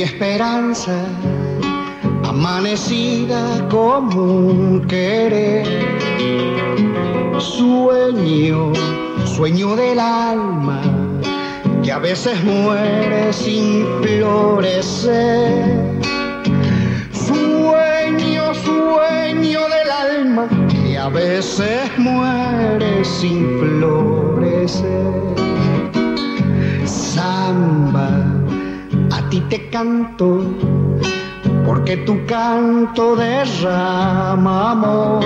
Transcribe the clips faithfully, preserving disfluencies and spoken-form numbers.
esperanza amanecida como un querer, sueño, sueño del alma que a veces muere sin florecer, sueño, sueño del alma que a veces muere sin florecer. Samba, a ti te canto porque tu canto derrama amor,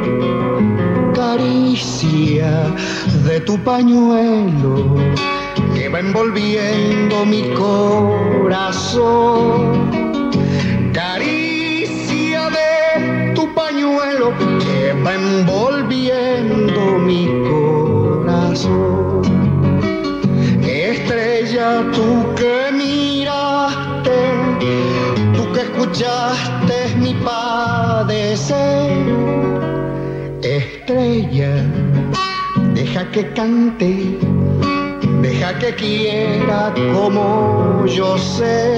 caricia de tu pañuelo que va envolviendo mi corazón, caricia de tu pañuelo que va envolviendo mi corazón. Estrella, tú que miraste, tú que escuchaste mi padecer, estrella, deja que cante, deja que quiera como yo sé,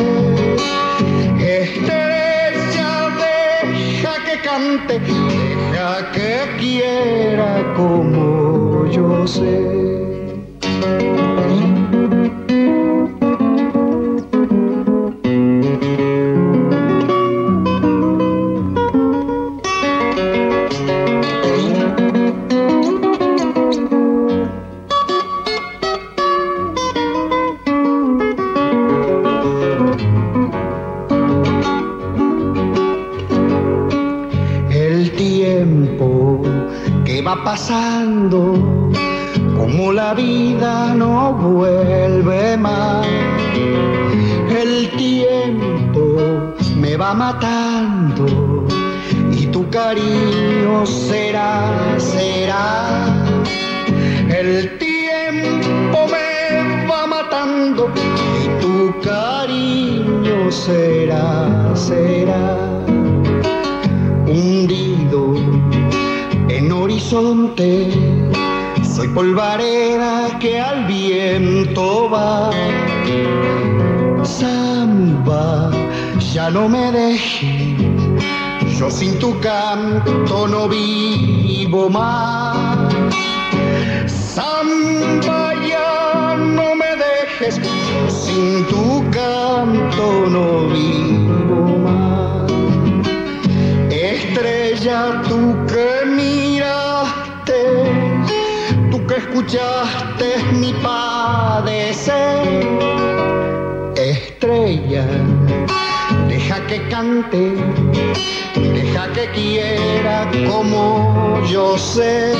estrella, deja que cante, deja que quiera como yo sé. Pasando como la vida no vuelve más, el tiempo me va matando y tu cariño será, será, el tiempo me va matando y tu cariño será, será, hundido en horizonte, soy polvareda que al viento va. Samba, ya no me dejes, yo sin tu canto no vivo más. Samba, ya no me dejes, yo sin tu canto no vivo más. Estrella, tú que miraste, tú que escuchaste mi padecer, estrella, deja que cante, deja que quiera como yo sé,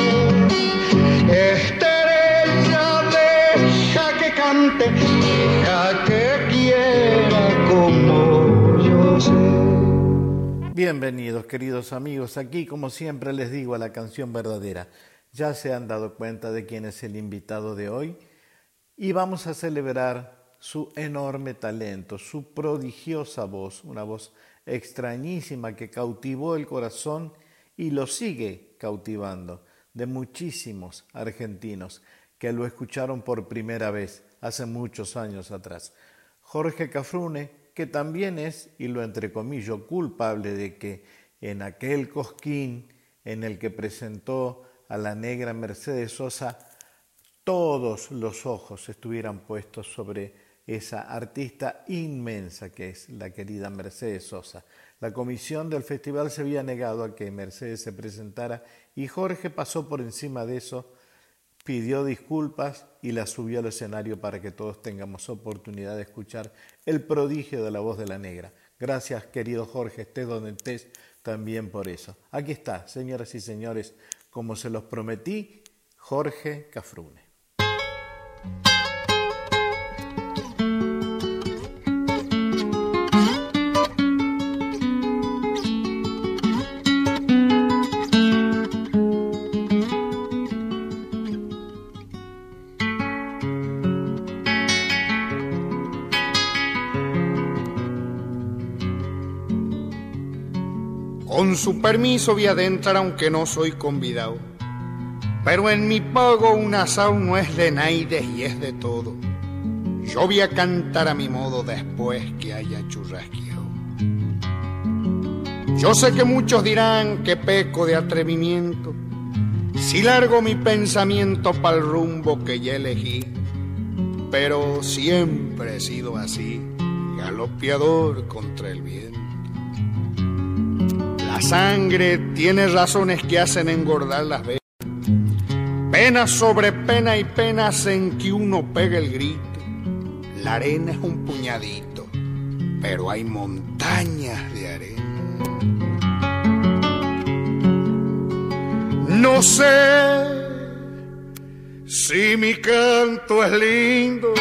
estrella, deja que cante, deja que quiera como yo sé. Bienvenidos, queridos amigos, aquí como siempre les digo a la canción verdadera. Ya se han dado cuenta de quién es el invitado de hoy y vamos a celebrar su enorme talento, su prodigiosa voz, una voz extrañísima que cautivó el corazón y lo sigue cautivando de muchísimos argentinos que lo escucharon por primera vez hace muchos años atrás. Jorge Cafrune, que también es, y lo entrecomillo, culpable de que en aquel Cosquín en el que presentó a la negra Mercedes Sosa, todos los ojos estuvieran puestos sobre esa artista inmensa que es la querida Mercedes Sosa. La comisión del festival se había negado a que Mercedes se presentara y Jorge pasó por encima de eso, pidió disculpas y la subió al escenario para que todos tengamos oportunidad de escuchar el prodigio de la voz de la negra. Gracias, querido Jorge, estés donde estés, también por eso. Aquí está, señoras y señores, como se los prometí, Jorge Cafrune. Con su permiso voy a adentrar aunque no soy convidado, pero en mi pago un asado no es de naides y es de todo. yo voy a cantar a mi modo después que haya churrasqueado. Yo sé que muchos dirán que peco de atrevimiento si largo mi pensamiento pa'l rumbo que ya elegí, pero siempre he sido así, galopeador contra el viento. La sangre tiene razones que hacen engordar las venas, pena sobre pena y penas en que uno pega el grito. La arena es un puñadito, pero hay montañas de arena. No sé si mi canto es lindo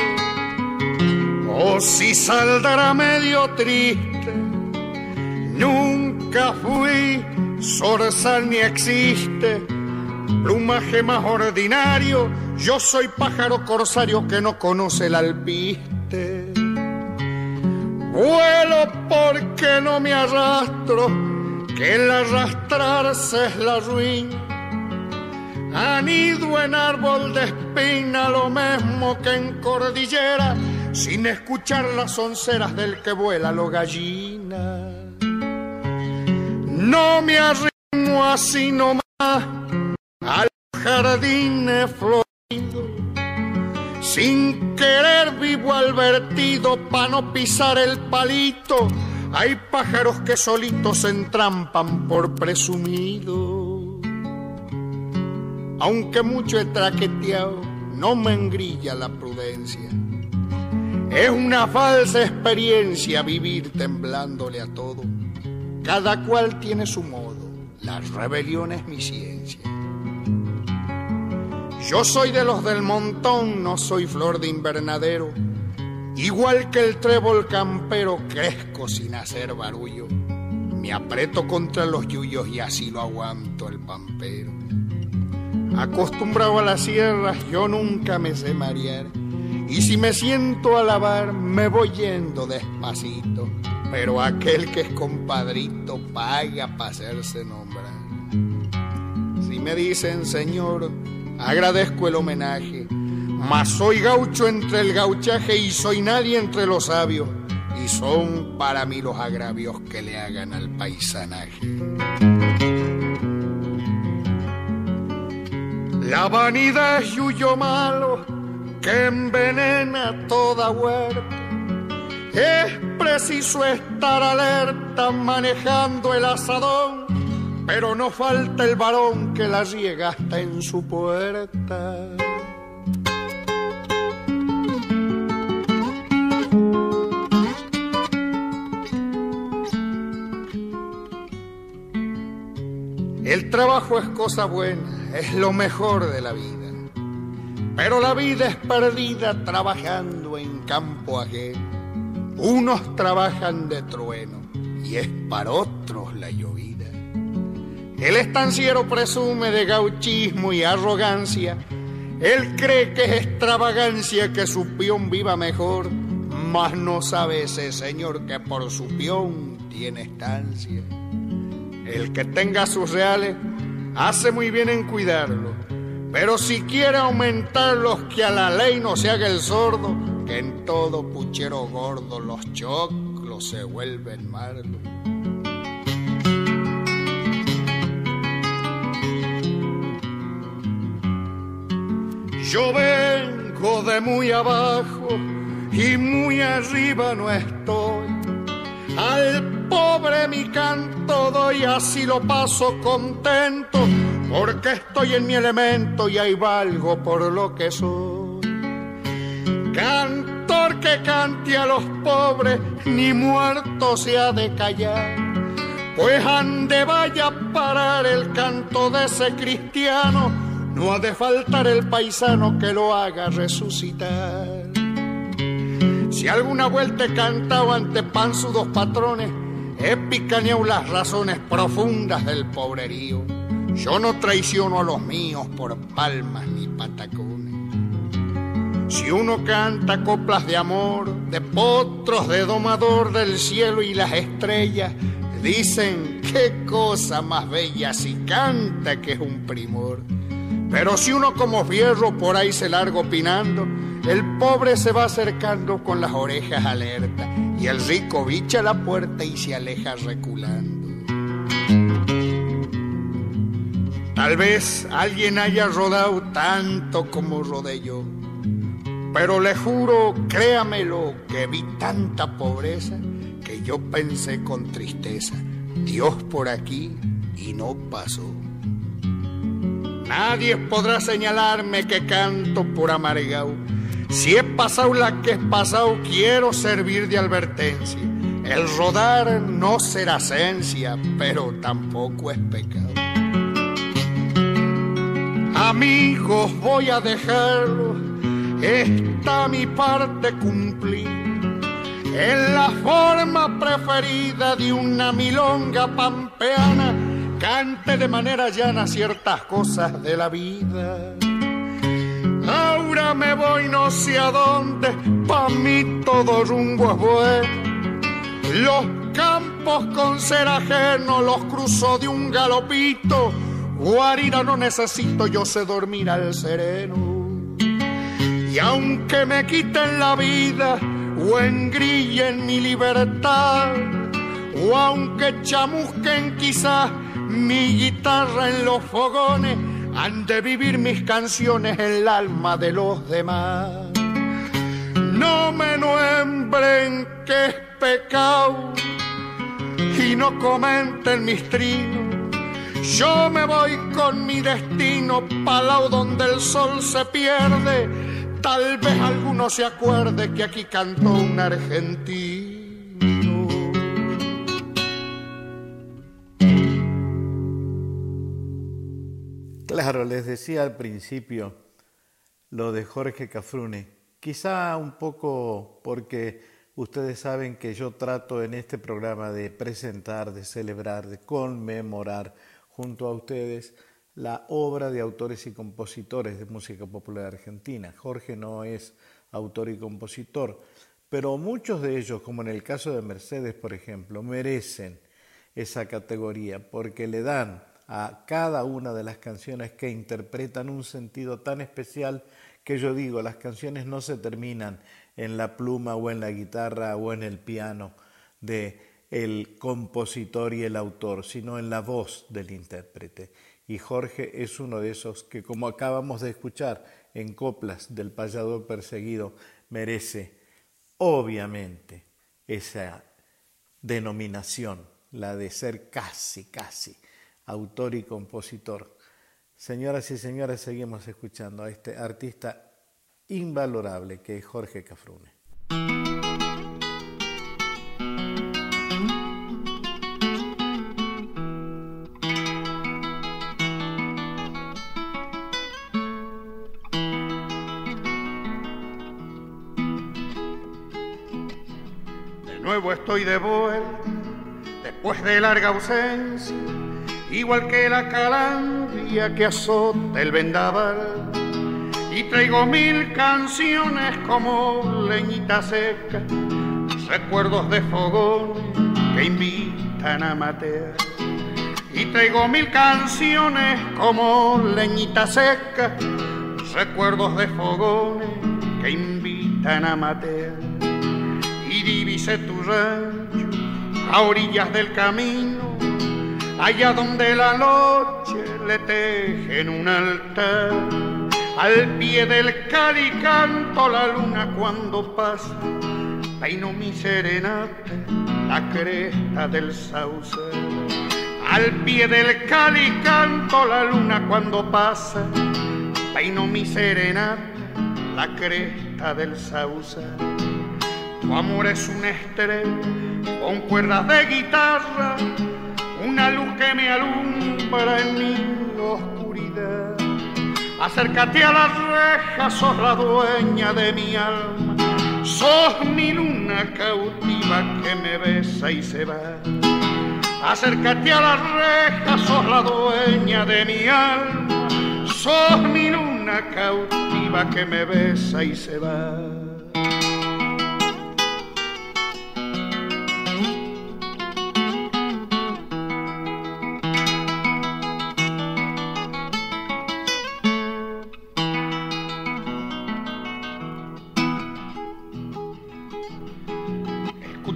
o si saldrá medio triste. Nunca fui zorzal ni existe plumaje más ordinario. Yo soy pájaro corsario que no conoce el alpiste. Vuelo porque no me arrastro, que el arrastrarse es la ruina. Anido en árbol de espina, lo mismo que en cordillera, sin escuchar las onceras del que vuela lo gallina. No me arrimo así nomás a los jardines floridos, sin querer vivo al vertido pa' no pisar el palito. Hay pájaros que solitos se entrampan por presumido. Aunque mucho he traqueteado, no me engrilla la prudencia. Es una falsa experiencia vivir temblándole a todo. Cada cual tiene su modo, la rebelión es mi ciencia. Yo soy de los del montón, no soy flor de invernadero. Igual que el trébol campero, crezco sin hacer barullo. Me aprieto contra los yuyos y así lo aguanto el pampero. Acostumbrado a las sierras, yo nunca me sé marear. Y si me siento a lavar, me voy yendo despacito. Pero aquel que es compadrito paga para hacerse nombrar. Si me dicen señor, agradezco el homenaje, mas soy gaucho entre el gauchaje y soy nadie entre los sabios. Y son para mí los agravios que le hagan al paisanaje. La vanidad es yuyo malo que envenena toda huerta. Es preciso estar alerta manejando el asadón, pero no falta el varón que la riega hasta en su puerta. El trabajo es cosa buena, es lo mejor de la vida. Pero la vida es perdida trabajando en campo ajeno. Unos trabajan de trueno y es para otros la llovida. El estanciero presume de gauchismo y arrogancia. Él cree que es extravagancia que su peón viva mejor, mas no sabe ese señor que por su peón tiene estancia. El que tenga sus reales hace muy bien en cuidarlos, pero si quiere aumentarlos, que a la ley no se haga el sordo, que en todo puchero gordo los choclos se vuelven malos. Yo vengo de muy abajo y muy arriba no estoy. Al pobre mi canto doy, así lo paso contento, porque estoy en mi elemento y ahí valgo por lo que soy. Cantor que cante a los pobres, ni muerto se ha de callar, pues ande vaya a parar el canto de ese cristiano, no ha de faltar el paisano que lo haga resucitar. Si alguna vuelta he cantado ante panzudos patrones, he picaneado las razones profundas del pobrerío. Yo no traiciono a los míos por palmas ni patacones. Si uno canta coplas de amor, de potros, de domador del cielo y las estrellas, dicen qué cosa más bella si canta que es un primor. Pero si uno como fierro por ahí se larga opinando, El pobre se va acercando con las orejas alertas y el rico bicha la puerta y se aleja reculando. Tal vez alguien haya rodado tanto como rodé yo, pero le juro, créamelo, que vi tanta pobreza que yo pensé con tristeza, Dios por aquí, y no pasó. Nadie podrá señalarme que canto por amargao. Si he pasado la que he pasado, quiero servir de advertencia. El rodar no será esencia, pero tampoco es pecado. Amigos, voy a dejarlo, está mi parte cumplida, en la forma preferida de una milonga pampeana, cante de manera llana ciertas cosas de la vida. Ahora me voy no sé a dónde, pa' mí todo rumbo es bueno. Los campos con ser ajeno los cruzo de un galopito. Guarida no necesito, yo sé dormir al sereno. Y aunque me quiten la vida o engrillen mi libertad, o aunque chamusquen quizás mi guitarra en los fogones, han de vivir mis canciones en el alma de los demás. No me nombren que es pecado y no comenten mis trinos. Yo me voy con mi destino pa' lao donde el sol se pierde. Tal vez alguno se acuerde que aquí cantó un argentino. Claro, les decía al principio lo de Jorge Cafrune. Quizá un poco porque ustedes saben que yo trato en este programa de presentar, de celebrar, de conmemorar junto a ustedes la obra de autores y compositores de música popular argentina. Jorge no es autor y compositor, pero muchos de ellos, como en el caso de Mercedes, por ejemplo, merecen esa categoría porque le dan a cada una de las canciones que interpretan un sentido tan especial que yo digo, las canciones no se terminan en la pluma o en la guitarra o en el piano de el compositor y el autor, sino en la voz del intérprete. Y Jorge es uno de esos que, como acabamos de escuchar en Coplas del Payador Perseguido, merece obviamente esa denominación, la de ser casi, casi autor y compositor. Señoras y señores, seguimos escuchando a este artista invalorable que es Jorge Cafrune. De nuevo estoy de vuelta, después de larga ausencia, igual que la calandria que azota el vendaval, y traigo mil canciones como leñita seca, recuerdos de fogones que invitan a matear. Y traigo mil canciones como leñita seca, recuerdos de fogones que invitan a matear. Y divisé tu rancho a orillas del camino, allá donde la noche le tejen un altar. Al pie del calicanto la luna cuando pasa, peino mi serenata, la cresta del sauce. Al pie del calicanto la luna cuando pasa, peino mi serenata, la cresta del sauce. Tu amor es una estrella con cuerdas de guitarra, una luz que me alumbra en mi oscuridad. Acércate a las rejas, sos la dueña de mi alma, sos mi luna cautiva que me besa y se va. Acércate a las rejas, sos la dueña de mi alma, sos mi luna cautiva que me besa y se va.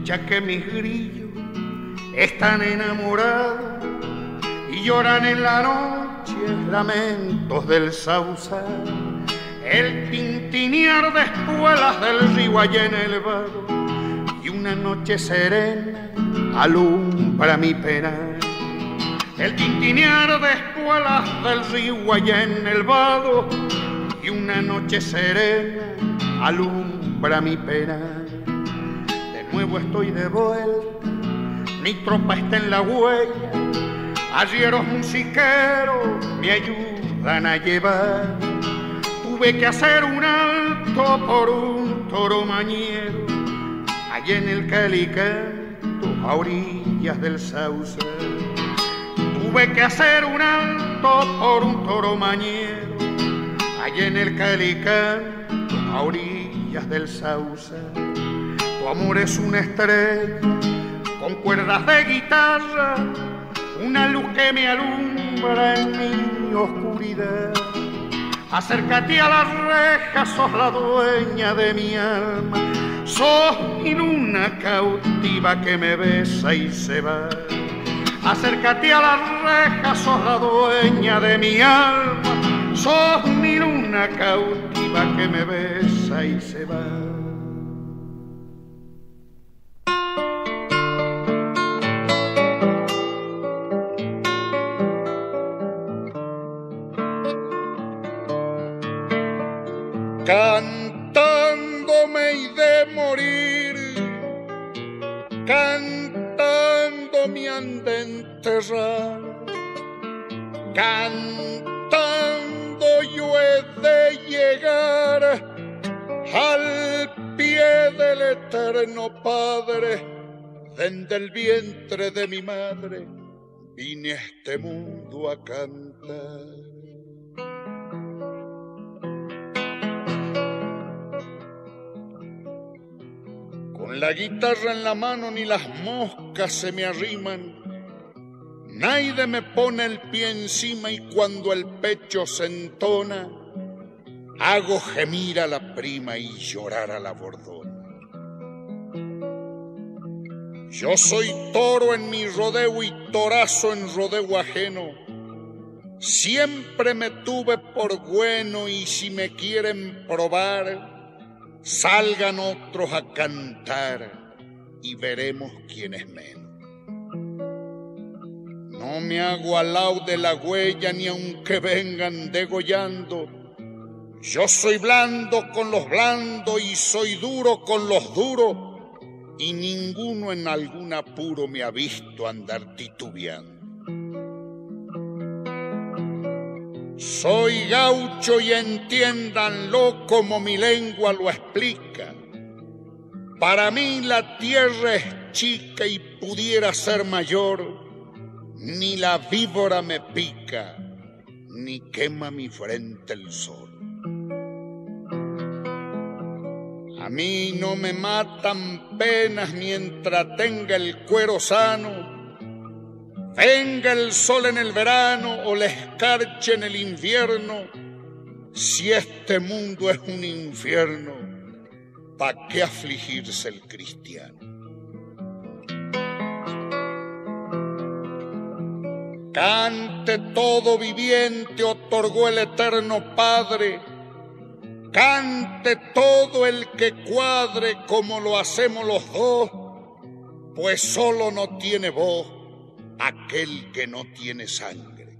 ya que mis grillos están enamorados y lloran en la noche lamentos del sausal, el tintinear de espuelas del río allá en el vado, y una noche serena alumbra mi penar. El tintinear de espuelas del río allá en el vado, y una noche serena alumbra mi penar. De nuevo estoy de vuelta, mi tropa está en la huella, arrieros musiqueros me ayudan a llevar. Tuve que hacer un alto por un toro mañero, allá en el Calicanto, a orillas del Sausal. Tuve que hacer un alto por un toro mañero, allá en el Calicanto, a orillas del Sausal. Tu amor es una estrella con cuerdas de guitarra, una luz que me alumbra en mi oscuridad. Acércate a las rejas, sos la dueña de mi alma, sos mi luna cautiva que me besa y se va. Acércate a las rejas, sos la dueña de mi alma, sos mi luna cautiva que me besa y se va. Cantándome y de morir, cantando me han de enterrar, cantando yo he de llegar al pie del eterno Padre. Desde el vientre de mi madre vine a este mundo a cantar. Con la guitarra en la mano ni las moscas se me arriman, nadie me pone el pie encima y cuando el pecho se entona, hago gemir a la prima y llorar a la bordona. Yo soy toro en mi rodeo y torazo en rodeo ajeno, siempre me tuve por bueno y si me quieren probar, salgan otros a cantar y veremos quién es menos. No me hago al lado de la huella ni aunque vengan degollando. Yo soy blando con los blandos y soy duro con los duros, y ninguno en algún apuro me ha visto andar titubeando. Soy gaucho y entiéndanlo como mi lengua lo explica. Para mí la tierra es chica y pudiera ser mayor, ni la víbora me pica, ni quema mi frente el sol. A mí no me matan penas mientras tenga el cuero sano, venga el sol en el verano o la escarcha en el invierno. Si este mundo es un infierno, ¿pa' qué afligirse el cristiano? Cante todo viviente, otorgó el eterno Padre. Cante todo el que cuadre como lo hacemos los dos, pues solo no tiene voz aquel que no tiene sangre.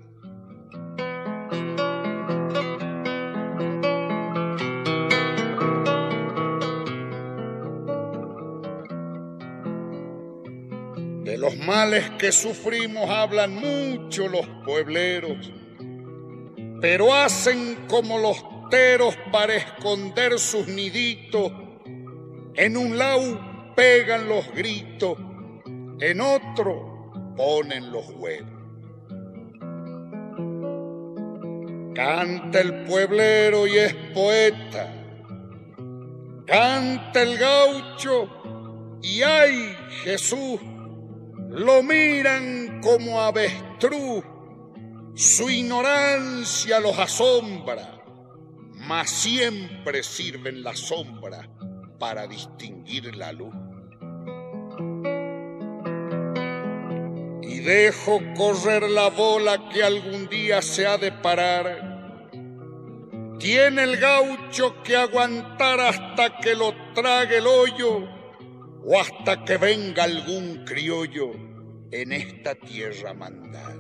De los males que sufrimos hablan mucho los puebleros, pero hacen como los teros para esconder sus niditos. En un lado pegan los gritos, en otro ponen los huevos. Canta el pueblero y es poeta, canta el gaucho y ¡ay, Jesús! Lo miran como avestruz, su ignorancia los asombra, mas siempre sirven las sombras para distinguir la luz. dejo correr la bola que algún día se ha de parar, tiene el gaucho que aguantar hasta que lo trague el hoyo o hasta que venga algún criollo en esta tierra a mandar.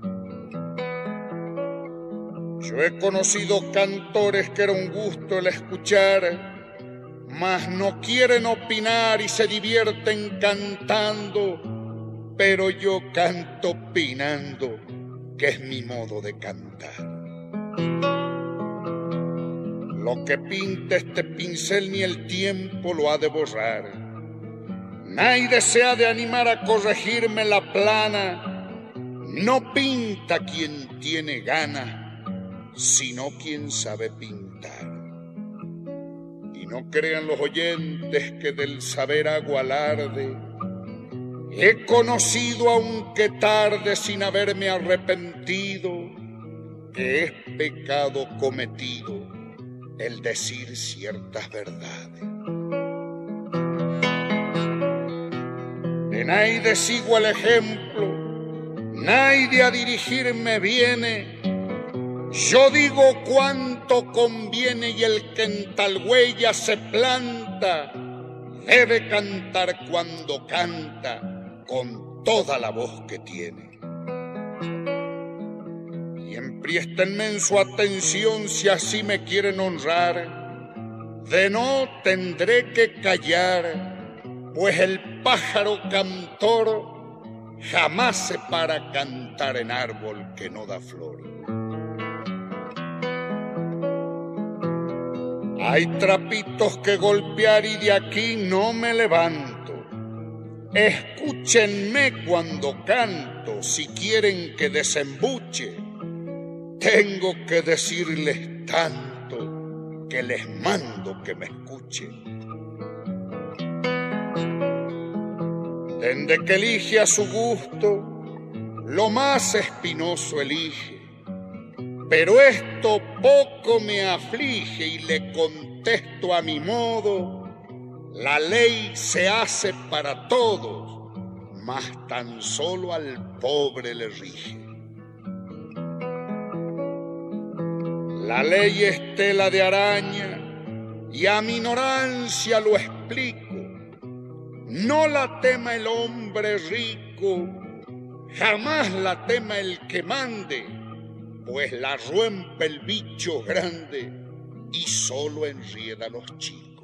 Yo he conocido cantores que era un gusto el escuchar, mas no quieren opinar y se divierten cantando, pero yo canto opinando, que es mi modo de cantar. Lo que pinta este pincel ni el tiempo lo ha de borrar. Nadie se ha de animar a corregirme la plana. No pinta quien tiene ganas, sino quien sabe pintar. Y no crean los oyentes que del saber hago alarde. He conocido, aunque tarde, sin haberme arrepentido, que es pecado cometido el decir ciertas verdades. De nadie sigo el ejemplo, nadie a dirigirme viene. Yo digo cuánto conviene y el que en tal huella se planta debe cantar cuando canta con toda la voz que tiene. Y priéstenme en su atención si así me quieren honrar, de no tendré que callar, pues el pájaro cantor jamás se para a cantar en árbol que no da flor. Hay trapitos que golpear y de aquí no me levanto. Escúchenme cuando canto, si quieren que desembuche. Tengo que decirles tanto que les mando que me escuchen. Desde que elige a su gusto, lo más espinoso elige. Pero esto poco me aflige y le contesto a mi modo: la ley se hace para todos, mas tan solo al pobre le rige. La ley es tela de araña y a mi ignorancia lo explico. No la tema el hombre rico, jamás la tema el que mande, pues la rompe el bicho grande y solo enrieda a los chicos.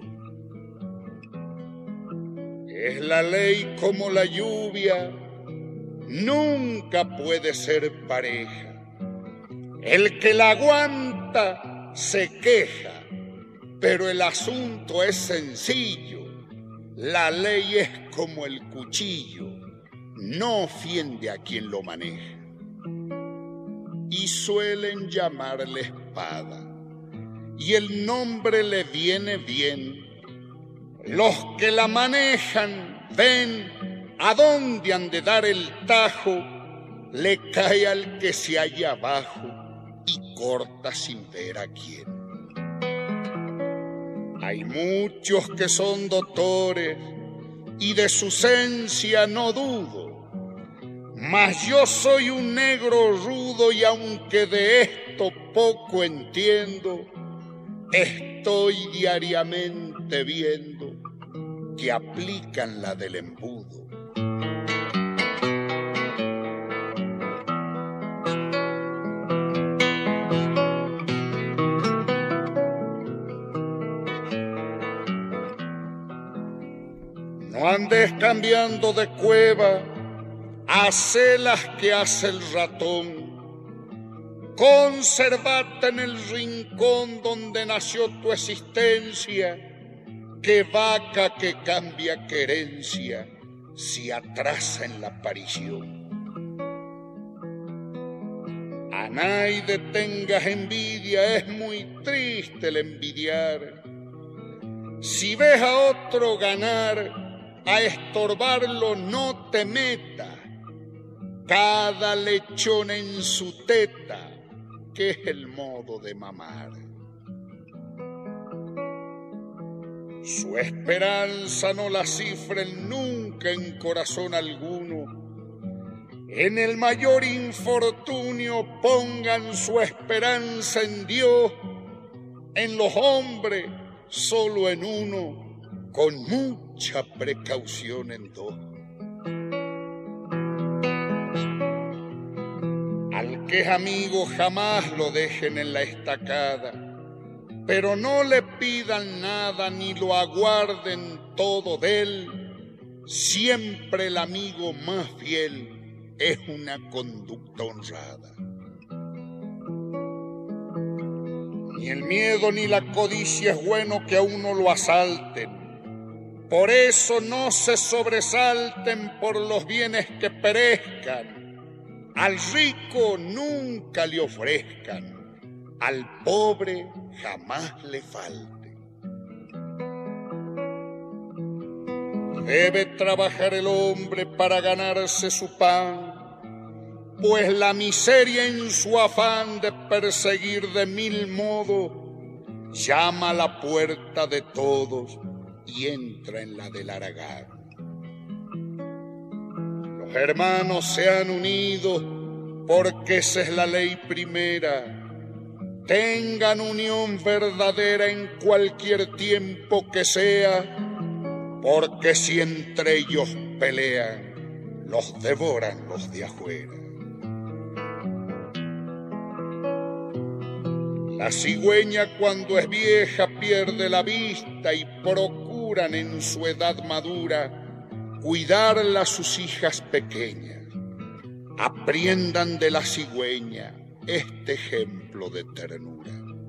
Es la ley como la lluvia, nunca puede ser pareja. El que la aguanta se queja, pero el asunto es sencillo. La ley es como el cuchillo, no ofiende a quien lo maneja. Y suelen llamarle espada, y el nombre le viene bien. Los que la manejan ven a dónde han de dar el tajo, le cae al que se halla abajo y corta sin ver a quién. Hay muchos que son doctores y de su esencia no dudo, mas yo soy un negro rudo y aunque de esto poco entiendo, estoy diariamente viendo que aplican la del embudo. No andes cambiando de cueva, hace las que hace el ratón. Conservate en el rincón donde nació tu existencia, que vaca que cambia querencia si atrasa en la aparición. A nadie tengas envidia, es muy triste el envidiar. Si ves a otro ganar, a estorbarlo no te meta. Cada lechón en su teta, que es el modo de mamar. Su esperanza no la cifren nunca en corazón alguno. En el mayor infortunio pongan su esperanza en Dios, en los hombres solo en uno, con mucha precaución en dos. Al que es amigo jamás lo dejen en la estacada, pero no le pidan nada ni lo aguarden todo de él. Siempre el amigo más fiel es una conducta honrada. Ni el miedo ni la codicia es bueno que a uno lo asalten. Por eso no se sobresalten por los bienes que perezcan. Al rico nunca le ofrezcan, al pobre jamás le falte. Debe trabajar el hombre para ganarse su pan, pues la miseria en su afán de perseguir de mil modos llama a la puerta de todos y entra en la del haragán. Los hermanos se han unido porque esa es la ley primera. Tengan unión verdadera en cualquier tiempo que sea, porque si entre ellos pelean, los devoran los de afuera. La cigüeña cuando es vieja pierde la vista y procuran en su edad madura cuidarla a sus hijas pequeñas. Aprendan de la cigüeña este ejemplo de ternura.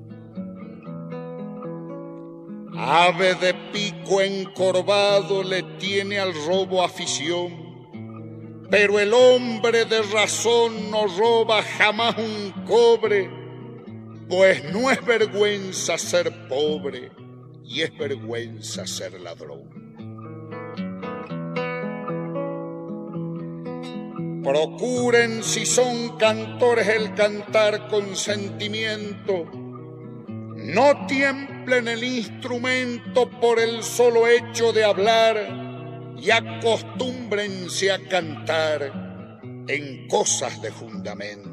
Ave de pico encorvado le tiene al robo afición, pero el hombre de razón no roba jamás un cobre, pues no es vergüenza ser pobre y es vergüenza ser ladrón. Procuren si son cantores el cantar con sentimiento. No tiemblen el instrumento por el solo hecho de hablar y acostúmbrense a cantar en cosas de fundamento.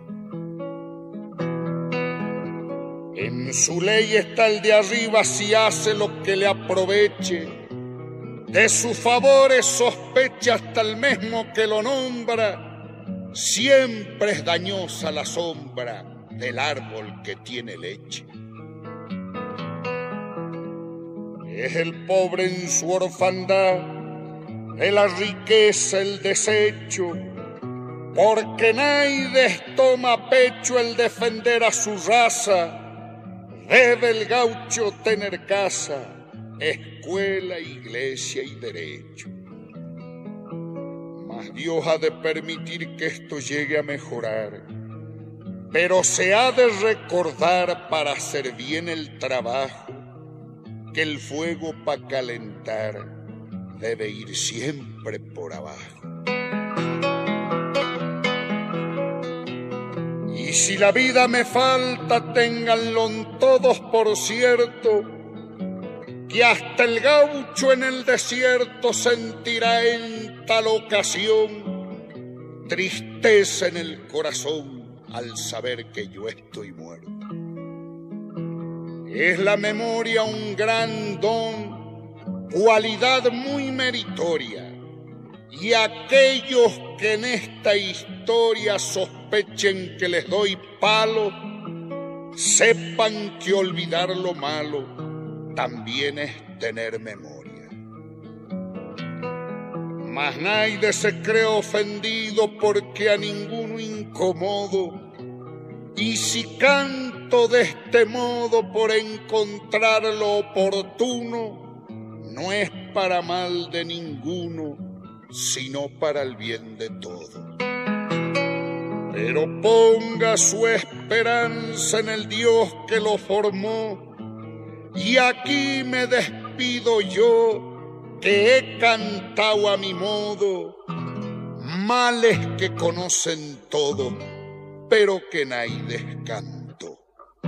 En su ley está el de arriba si hace lo que le aproveche. De sus favores sospecha hasta el mismo que lo nombra. Siempre es dañosa la sombra del árbol que tiene leche. Es el pobre en su orfandad, de la riqueza el desecho, porque nadie toma pecho el defender a su raza. Debe el gaucho tener casa, escuela, iglesia y derecho. Mas Dios ha de permitir que esto llegue a mejorar, pero se ha de recordar para hacer bien el trabajo que el fuego para calentar debe ir siempre por abajo. Y si la vida me falta, ténganlo todos por cierto, que hasta el gaucho en el desierto sentirá en tal ocasión tristeza en el corazón al saber que yo estoy muerto. Es la memoria un gran don, cualidad muy meritoria, y aquellos que en esta historia sospechen que les doy palo, sepan que olvidar lo malo también es tener memoria. Mas nadie se cree ofendido porque a ninguno incomodo, y si canto de este modo por encontrar lo oportuno, no es para mal de ninguno, sino para el bien de todo. Pero ponga su esperanza en el Dios que lo formó, y aquí me despido yo, que he cantado a mi modo, males que conocen todo, pero que nadie cantó.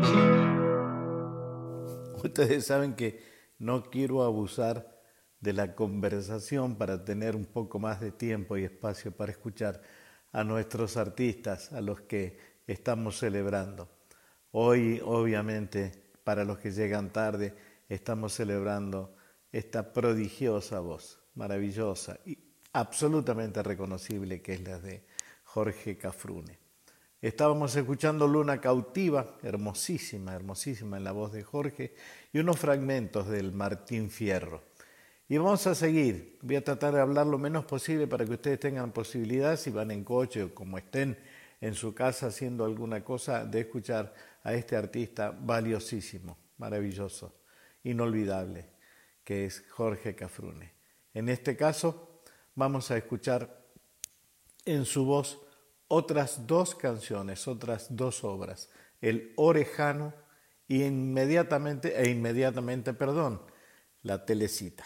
Ustedes saben que no quiero abusar de la conversación para tener un poco más de tiempo y espacio para escuchar a nuestros artistas, a los que estamos celebrando. Hoy, obviamente, para los que llegan tarde, estamos celebrando esta prodigiosa voz, maravillosa y absolutamente reconocible, que es la de Jorge Cafrune. Estábamos escuchando Luna Cautiva, hermosísima, hermosísima en la voz de Jorge, y unos fragmentos del Martín Fierro. Y vamos a seguir. Voy a tratar de hablar lo menos posible para que ustedes tengan posibilidad, si van en coche o como estén en su casa haciendo alguna cosa, de escuchar a este artista valiosísimo, maravilloso, inolvidable, que es Jorge Cafrune. En este caso, vamos a escuchar en su voz otras dos canciones, otras dos obras, El Orejano y inmediatamente, e inmediatamente, perdón, La Telecita.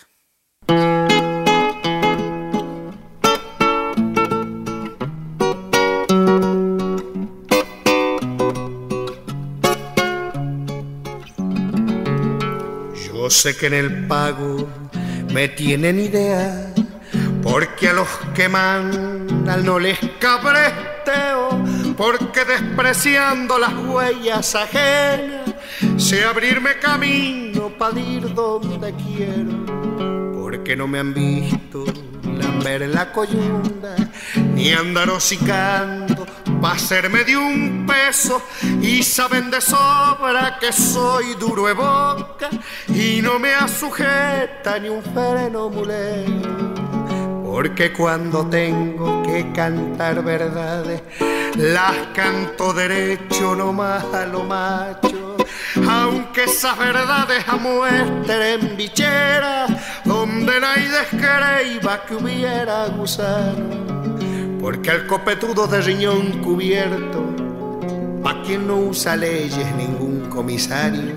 Yo sé que en el pago me tienen idea, porque a los que mandan no les cabresteo, porque despreciando las huellas ajenas sé abrirme camino para ir donde quiero, porque no me han visto lamber la coyunda ni andar hocicando pa' hacerme de un peso, y saben de sobra que soy duro de boca y no me asujeta ni un freno mulero, porque cuando tengo que cantar verdades las canto derecho, no más a lo macho, aunque esas verdades amuestren bichera donde nadie descreiba que hubiera gusano, porque al copetudo de riñón cubierto, pa' quien no usa leyes ningún comisario,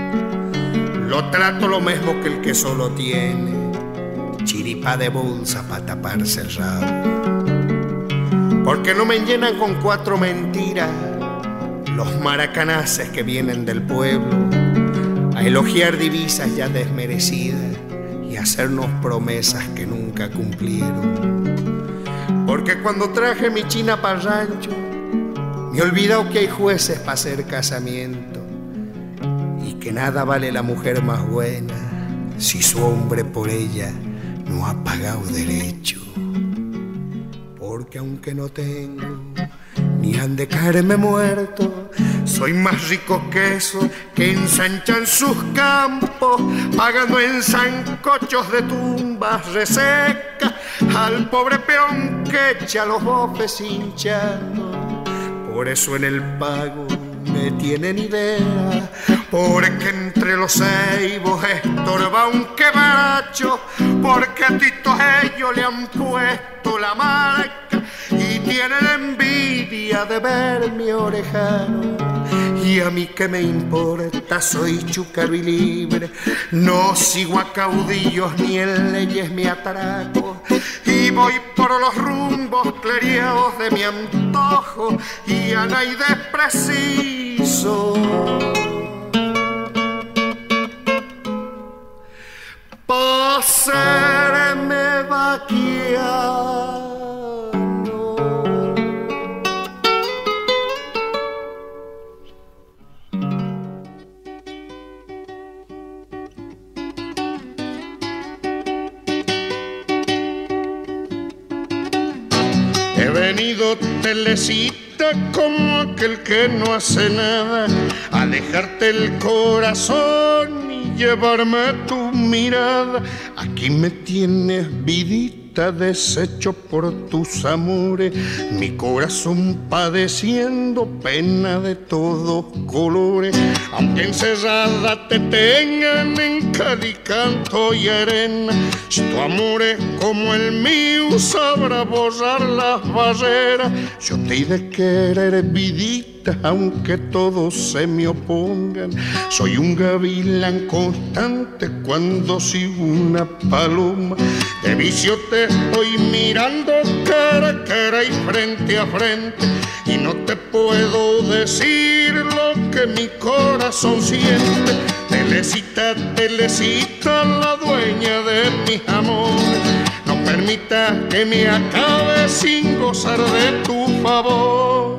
lo trato lo mismo que el que solo tiene chiripa de bolsa pa' taparse el rabo, porque no me llenan con cuatro mentiras los maracanaces que vienen del pueblo a elogiar divisas ya desmerecidas y hacernos promesas que nunca cumplieron, porque cuando traje mi china para rancho me he olvidado que hay jueces para hacer casamiento y que nada vale la mujer más buena si su hombre por ella no ha pagado derecho, porque aunque no tengo ni han de caerme muerto, soy más rico que eso que ensanchan sus campos, pagando en sancochos de tumbas resecas al pobre peón que echa los bofes hinchando. Por eso en el pago me tienen idea, porque entre los ceibos estorba un quebracho, porque a Tito ellos le han puesto la marca y tienen envidia de ver mi orejano. Y a mí que me importa, soy chúcaro y libre, no sigo a caudillos ni en leyes me atraco, y voy por los rumbos cleriados de mi antojo y a nadie preciso pa' serme vaquiano. He venido, Telecita, como aquel que no hace nada, a dejarte el corazón y llevarme tu mirada. Aquí me tienes, vidita, deshecho por tus amores, mi corazón padeciendo pena de todos colores. Aunque encerrada te tengan en cal y canto y arena, si tu amor es como el mío sabrá borrar las barreras. Yo te he de querer, vidita, aunque todos se me opongan. Soy un gavilán constante cuando sigo una paloma. De vicio te estoy mirando cara a cara y frente a frente, y no te puedo decir lo que mi corazón siente. Telecita, Telecita, la dueña de mis amores, no permitas que me acabe sin gozar de tu favor.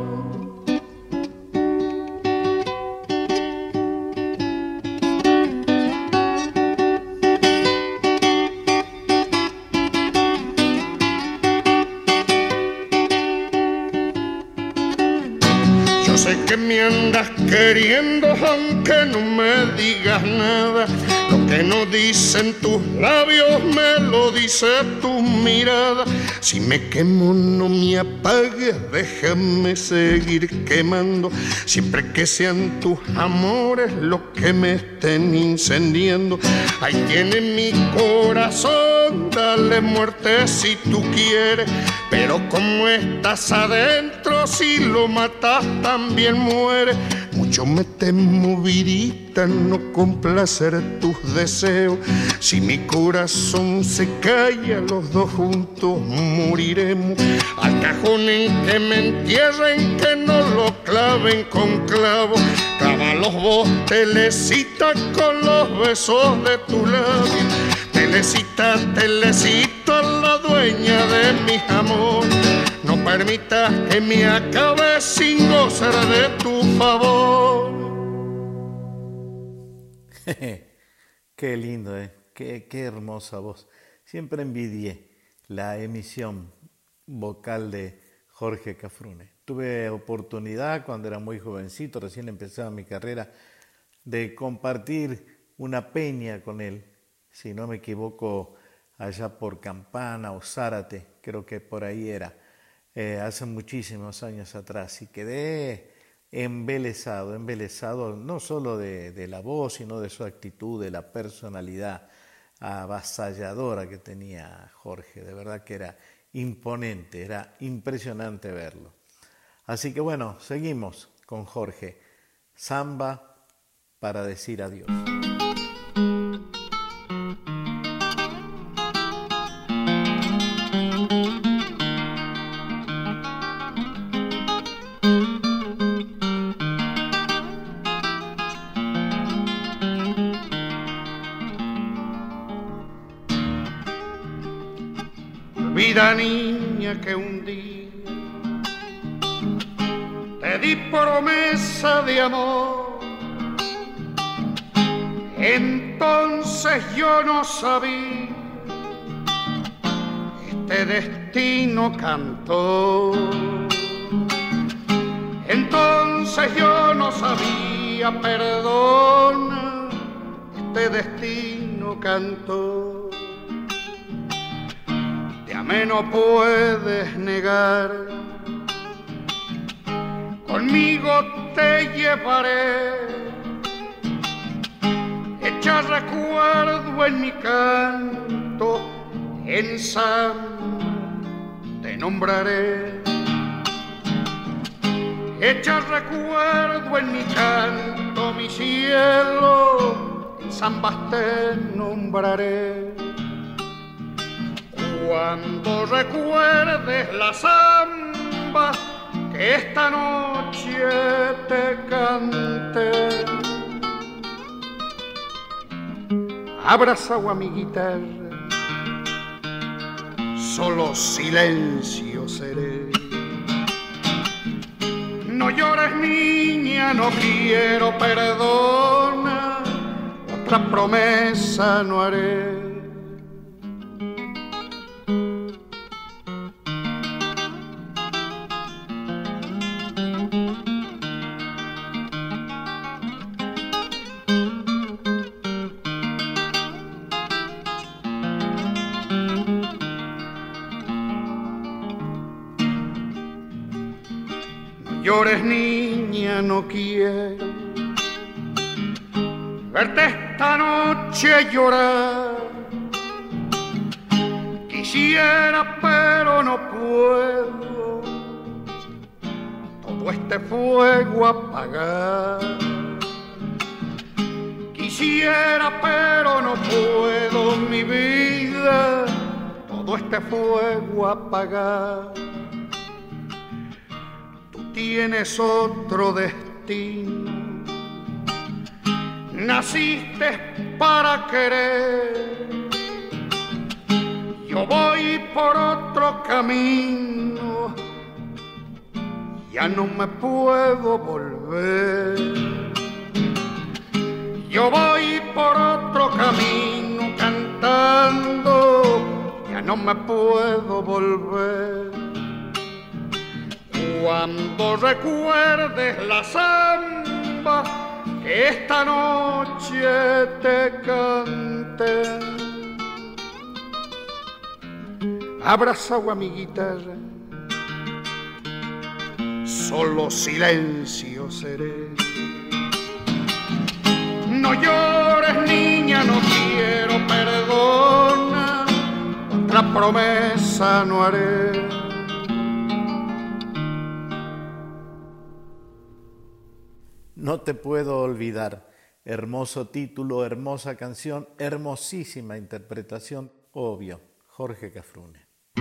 Yo sé que me andas queriendo aunque no me digas nada. Lo que no dicen tus labios me lo dice tu mirada. Si me quemo no me apagues, déjame seguir quemando. Siempre que sean tus amores los que me estén incendiando. Ahí tiene mi corazón, dale muerte si tú quieres. Pero como estás adentro, si lo matas también muere. Mucho me temo, vidita, no complacer tus deseos. Si mi corazón se calla, los dos juntos moriremos. Al cajón en que me entierren, que no lo claven con clavo. Cávalos vos, Telecita, con los besos de tu labio. Telecita, Telecita, la dueña de mis amores. No permitas que me acabe sin gozar de tu favor. Qué lindo, ¿eh? Qué, qué hermosa voz. Siempre envidié la emisión vocal de Jorge Cafrune. Tuve oportunidad cuando era muy jovencito, recién empezaba mi carrera, de compartir una peña con él. Si no me equivoco, allá por Campana o Zárate, creo que por ahí era. Eh, hace muchísimos años atrás, y quedé embelesado, embelesado no solo de, de la voz, sino de su actitud, de la personalidad avasalladora que tenía Jorge. De verdad que era imponente, era impresionante verlo. Así que bueno, seguimos con Jorge. Samba para decir adiós. Vida niña que un día te di promesa de amor, entonces yo no sabía este destino cantó. Entonces yo no sabía, perdona, este destino cantó. Me no puedes negar, conmigo te llevaré, echa recuerdo en mi canto, en samba te nombraré, echa recuerdo en mi canto, mi cielo, en zambas te nombraré. Cuando recuerdes la samba que esta noche te canté, abrazado a mi guitarra, solo silencio seré. No llores niña, no quiero, perdona, otra promesa no haré. Llores niña, no quiero verte esta noche llorar. Quisiera pero no puedo todo este fuego apagar. Quisiera pero no puedo mi vida todo este fuego apagar. Tienes otro destino, naciste para querer Yo voy por otro camino, ya no me puedo volver. Yo voy por otro camino cantando, ya no me puedo volver. Cuando recuerdes la samba que esta noche te canté, abrazado a mi guitarra, solo silencio seré. No llores, niña, no quiero, perdona, otra promesa no haré. No te puedo olvidar. Hermoso título, hermosa canción, hermosísima interpretación, obvio, Jorge Cafrune.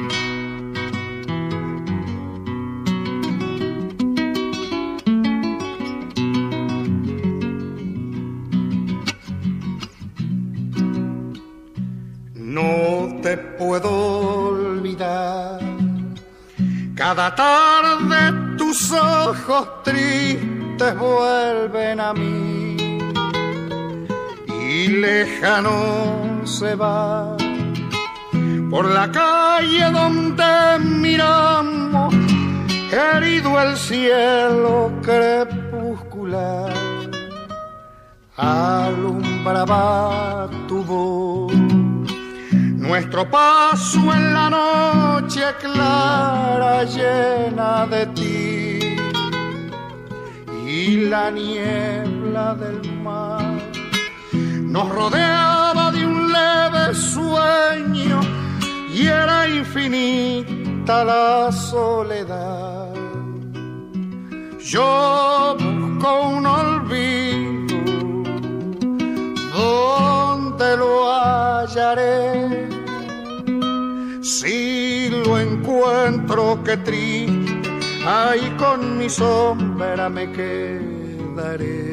No te puedo olvidar, cada tarde tus ojos tristes vuelven a mí y lejano se va por la calle donde miramos, herido el cielo crepuscular, alumbraba tu voz nuestro paso en la noche clara llena de ti, y la niebla del mar nos rodeaba de un leve sueño y era infinita la soledad. Yo busco un olvido, ¿dónde lo hallaré? Si lo encuentro, qué triste, ahí con mi sombra me quedaré.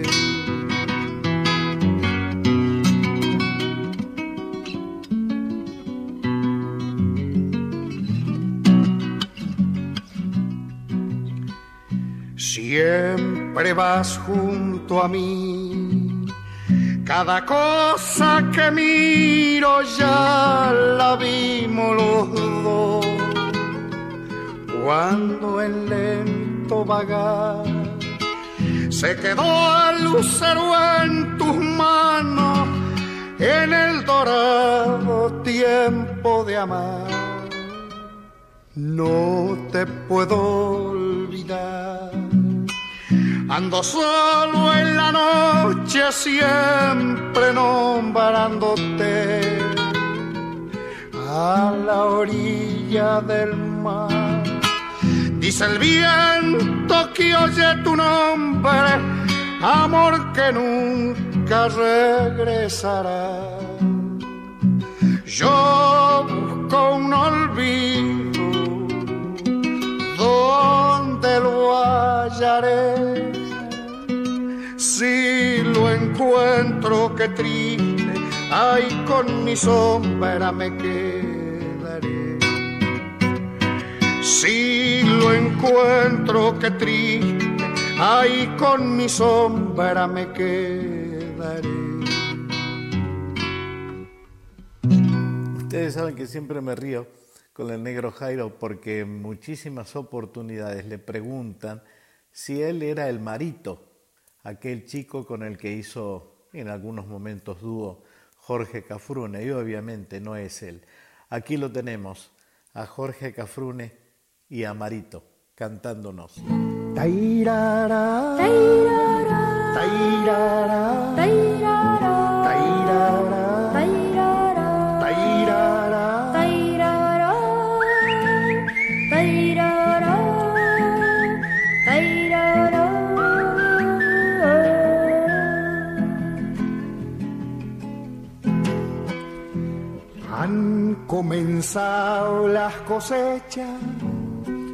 Siempre vas junto a mí, cada cosa que miro ya la vimos los dos, cuando en lento vagar se quedó el lucero en tus manos, en el dorado tiempo de amar. No te puedo olvidar, ando solo en la noche siempre nombrándote, a la orilla del mar. Dice el viento que oye tu nombre, amor que nunca regresará. Yo busco un olvido, ¿dónde lo hallaré? Si lo encuentro, qué triste, ay, con mi sombra me quedaré. Si lo encuentro, qué triste, ay, con mi sombra me quedaré. Ustedes saben que siempre me río con el negro Jairo porque en muchísimas oportunidades le preguntan si él era el Marito, aquel chico con el que hizo en algunos momentos dúo Jorge Cafrune, y obviamente no es él. Aquí lo tenemos, a Jorge Cafrune y a Marito cantándonos. Tairara, tairara, tairara, tairara, tairara, tairara, tairara, tairara, tairara, tairara. Han comenzado las cosechas,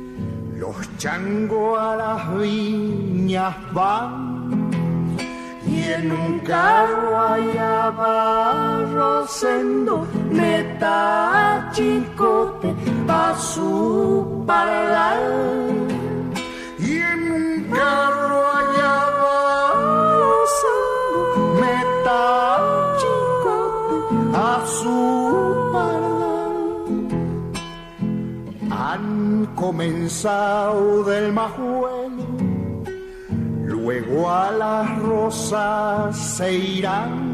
los changos a las viñas van, y en un carro allá va Rosendo, meta chicote pa' su pardal. Y en un carro allá va Rosendo, meta chicote a su pardal. Han comenzado del majuelo, luego a las rosas se irán,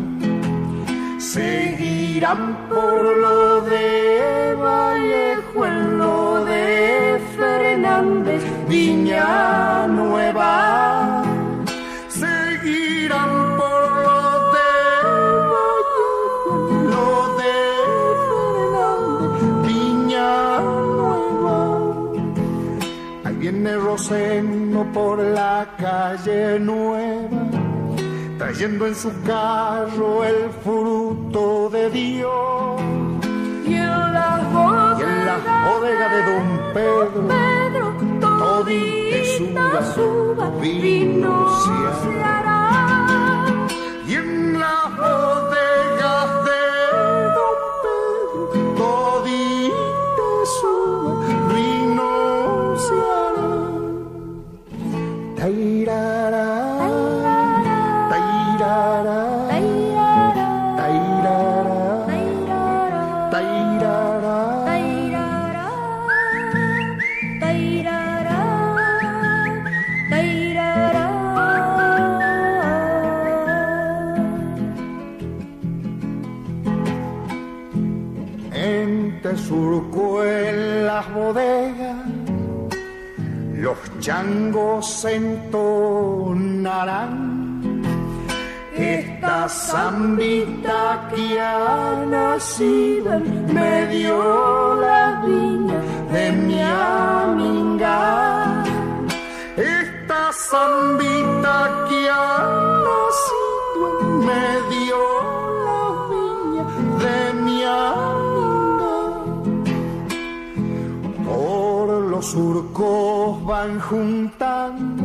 seguirán por lo de Vallejo, en lo de Fernández, Viña Nueva. Seguirán por lo de Vallejo, lo de Fernández, Viña Nueva. Ahí viene Rosendo por la calle Nueva, trayendo en su carro el fruto de Dios. Y en las bodegas, y en la bodega de Don Pedro, Pedro todita suba, vino se hará. Y en las bodegas de Don Pedro, todita suba, vino se hará. Tairara, tairara, tairara, tairara, Ente surcó en las bodegas, los changos entonarán esta zambita que ha nacido en medio la viña de mi aminga. Esta zambita que ha nacido en medio la viña de mi aminga. Por los surcos van juntando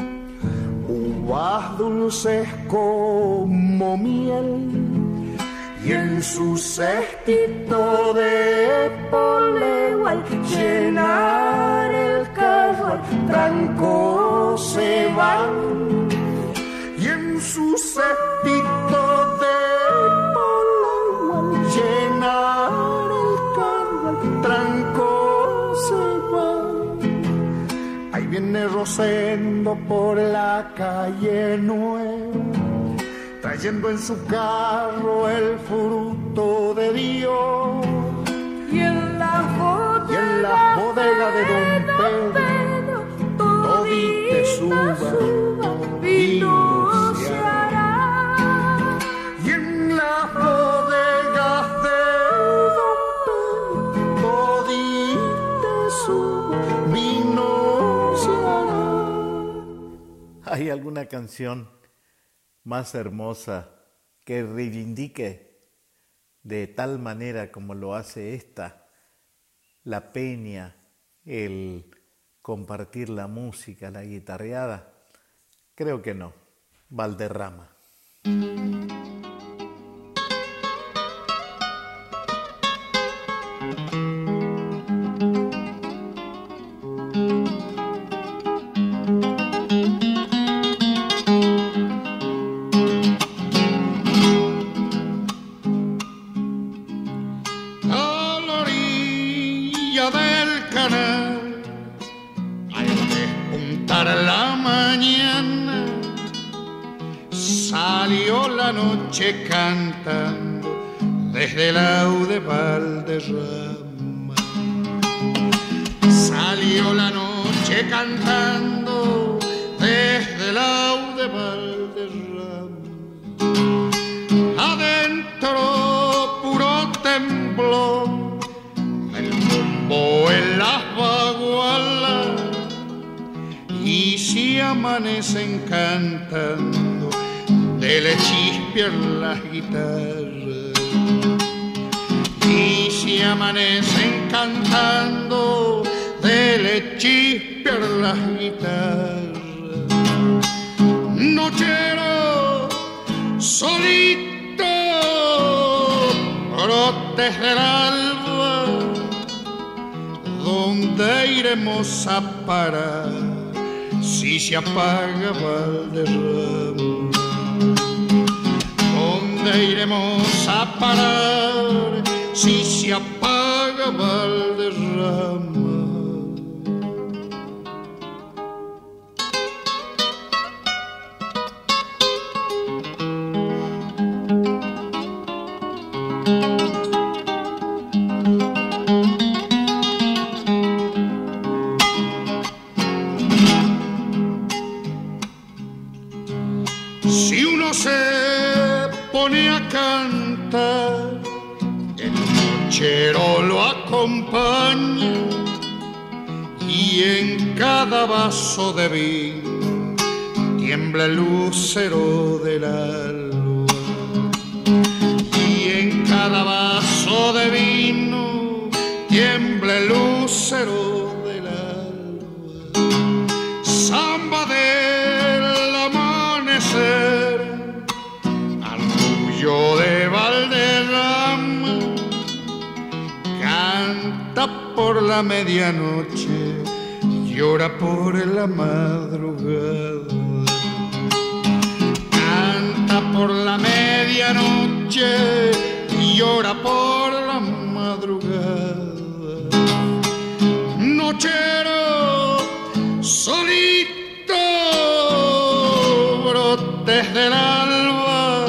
uvas dulces como miel, y en su cestito de poleo al llenar el carro al tranco se van. Y en su cestito de poleo al llenar el carro al tranco se van. Ahí viene Rosendo por la calle Nueva, trayendo en su carro el fruto de Dios. Y en la bodega, y en la bodega de Don Pedro, Pedro todita suba, suba, vino se hará. Y en las bodegas de Don Pedro, todita suba, vino se hará. ¿Hay alguna canción más hermosa que reivindique de tal manera como lo hace esta, la peña, el compartir la música, la guitarreada? Creo que no. Valderrama. Cantando desde el aude Valderrama. Salió la noche cantando desde el aude Valderrama. Adentro puro temblor el bombo en las bagualas, y si amanecen cantando dele chispiar las guitarras. Y si amanecen cantando dele chispiar las guitarras. Nochero brotes del alba, ¿dónde iremos a parar si se apaga Valderrama? ¿Dónde iremos a parar si se apaga Valderrama? Si uno se pone a cantar, el nochero lo acompaña y en cada vaso de vino tiembla el lucero del alba. Y en cada vaso de vino tiembla el lucero del alba. Samba del amanecer, arrullo de Valderrama, canta por la medianoche, llora por la madrugada. Canta por la medianoche, llora por la madrugada. Nochero solito, brotes del alba,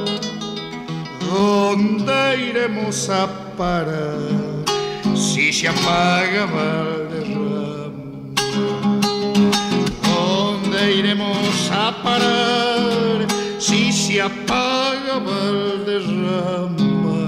¿dónde iremos a parar si se apaga Valderrama? ¿Dónde iremos a parar si se apaga Valderrama?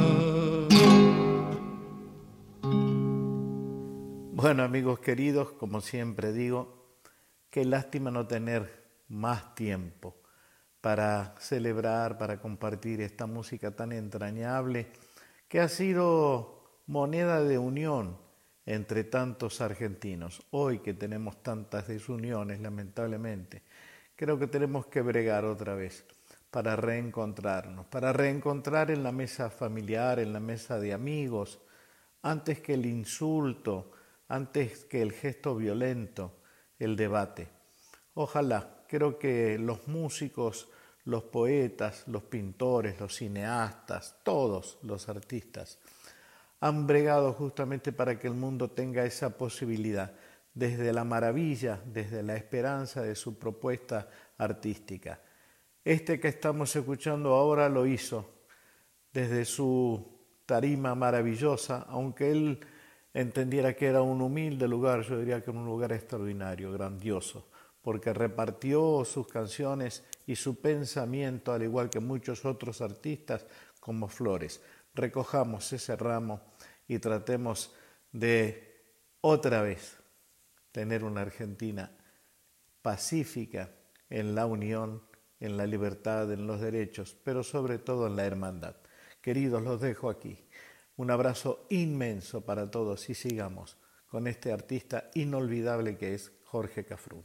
Bueno, amigos queridos, como siempre digo, qué lástima no tener más tiempo para celebrar, para compartir esta música tan entrañable que ha sido moneda de unión entre tantos argentinos. Hoy que tenemos tantas desuniones, lamentablemente, creo que tenemos que bregar otra vez para reencontrarnos, para reencontrar en la mesa familiar, en la mesa de amigos, antes que el insulto, antes que el gesto violento, el debate. Ojalá, creo que los músicos, los poetas, los pintores, los cineastas, todos los artistas han bregado justamente para que el mundo tenga esa posibilidad, desde la maravilla, desde la esperanza de su propuesta artística. Este que estamos escuchando ahora lo hizo desde su tarima maravillosa, aunque él entendiera que era un humilde lugar, yo diría que era un lugar extraordinario, grandioso, porque repartió sus canciones y su pensamiento, al igual que muchos otros artistas, como flores. Recojamos ese ramo y tratemos de otra vez tener una Argentina pacífica en la unión, en la libertad, en los derechos, pero sobre todo en la hermandad. Queridos, los dejo aquí. Un abrazo inmenso para todos y sigamos con este artista inolvidable que es Jorge Cafrune.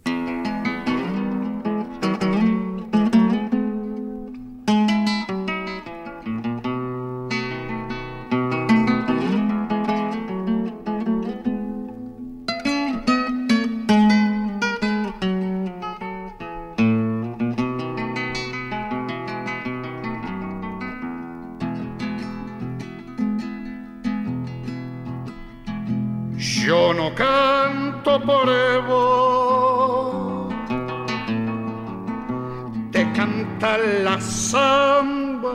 Yo no canto por vos, te canta la samba,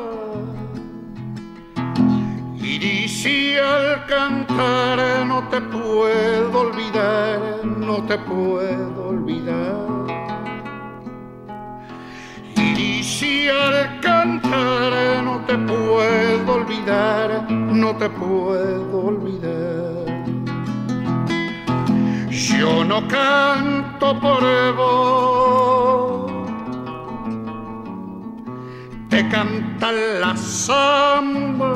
y dice al cantar no te puedo olvidar, no te puedo olvidar. Y dice al cantar no te puedo olvidar, no te puedo olvidar. Yo no canto por vos, te canta la samba,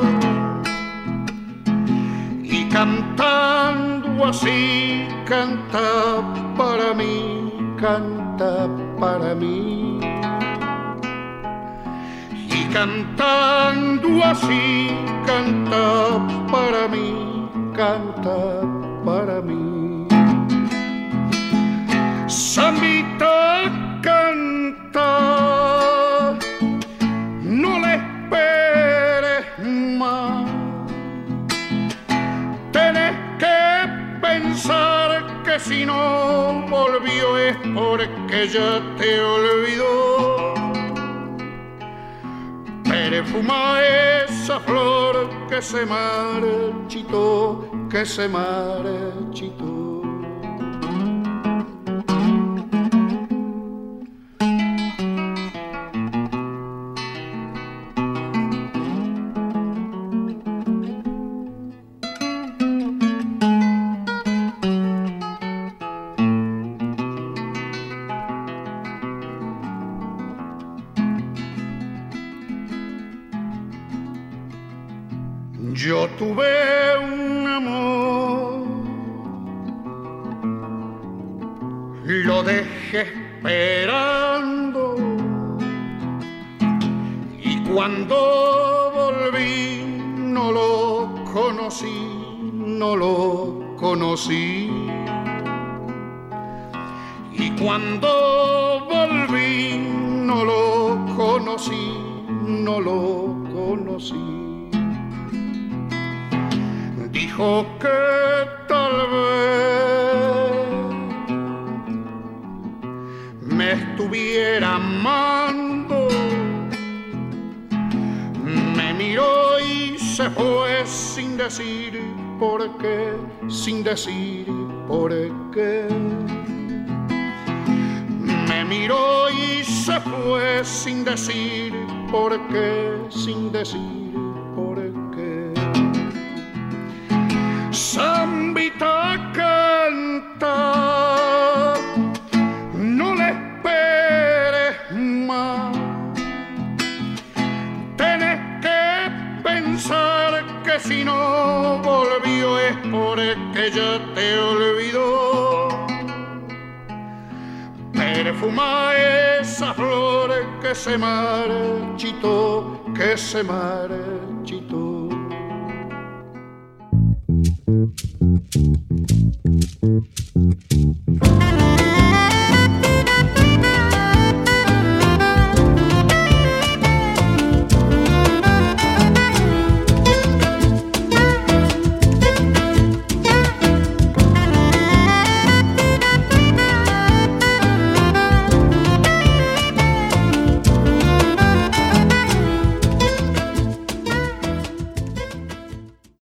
y cantando así canta para mí, canta para mí. Y cantando así, canta para mí, canta para mí. Zambita, canta, no le esperes más. Tenés que pensar que si no volvió es porque ya te olvidó. Perfuma esa flor que se marchitó, que se marchitó. Yo tuve un amor, lo dejé esperando, y cuando volví no lo conocí, no lo conocí. Y cuando volví no lo conocí, no lo conocí. Dijo que tal vez me estuviera amando, me miró y se fue sin decir por qué, sin decir por qué. Me miró y se fue sin decir por qué, sin decir por qué. Zambita, canta, no le esperes más. Tenés que pensar que si no volvió es porque ya te olvidó. Perfuma esa flor que se marchitó, que se marchitó.